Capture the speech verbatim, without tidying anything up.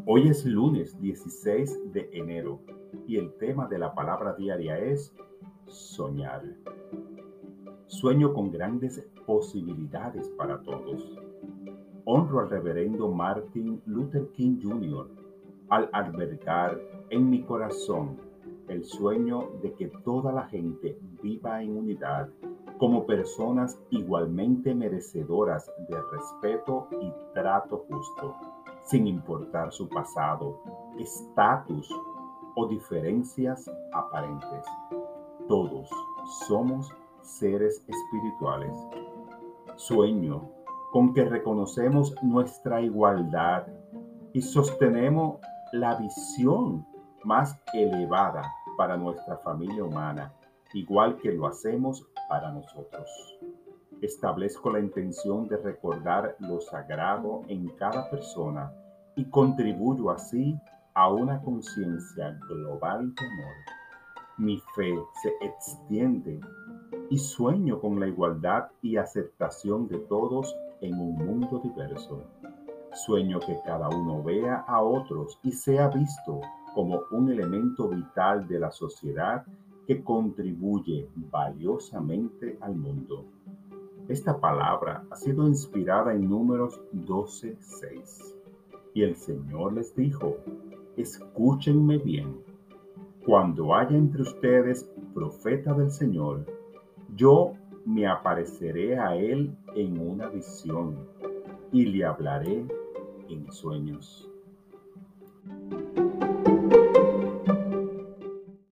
Hoy es lunes dieciséis de enero y el tema de la palabra diaria es soñar. Sueño con grandes posibilidades para todos. Honro al reverendo Martin Luther King junior al albergar en mi corazón el sueño de que toda la gente viva en unidad como personas igualmente merecedoras de respeto y trato justo, sin importar su pasado, estatus o diferencias aparentes. Todos somos seres espirituales. Sueño con que reconocemos nuestra igualdad y sostenemos la visión más elevada para nuestra familia humana, igual que lo hacemos para nosotros. Establezco la intención de recordar lo sagrado en cada persona y contribuyo así a una conciencia global de amor. Mi fe se extiende y sueño con la igualdad y aceptación de todos en un mundo diverso. Sueño que cada uno vea a otros y sea visto como un elemento vital de la sociedad que contribuye valiosamente al mundo. Esta palabra ha sido inspirada en Números doce seis. Y el Señor les dijo: escúchenme bien. Cuando haya entre ustedes profeta del Señor, yo me apareceré a él en una visión y le hablaré en sueños.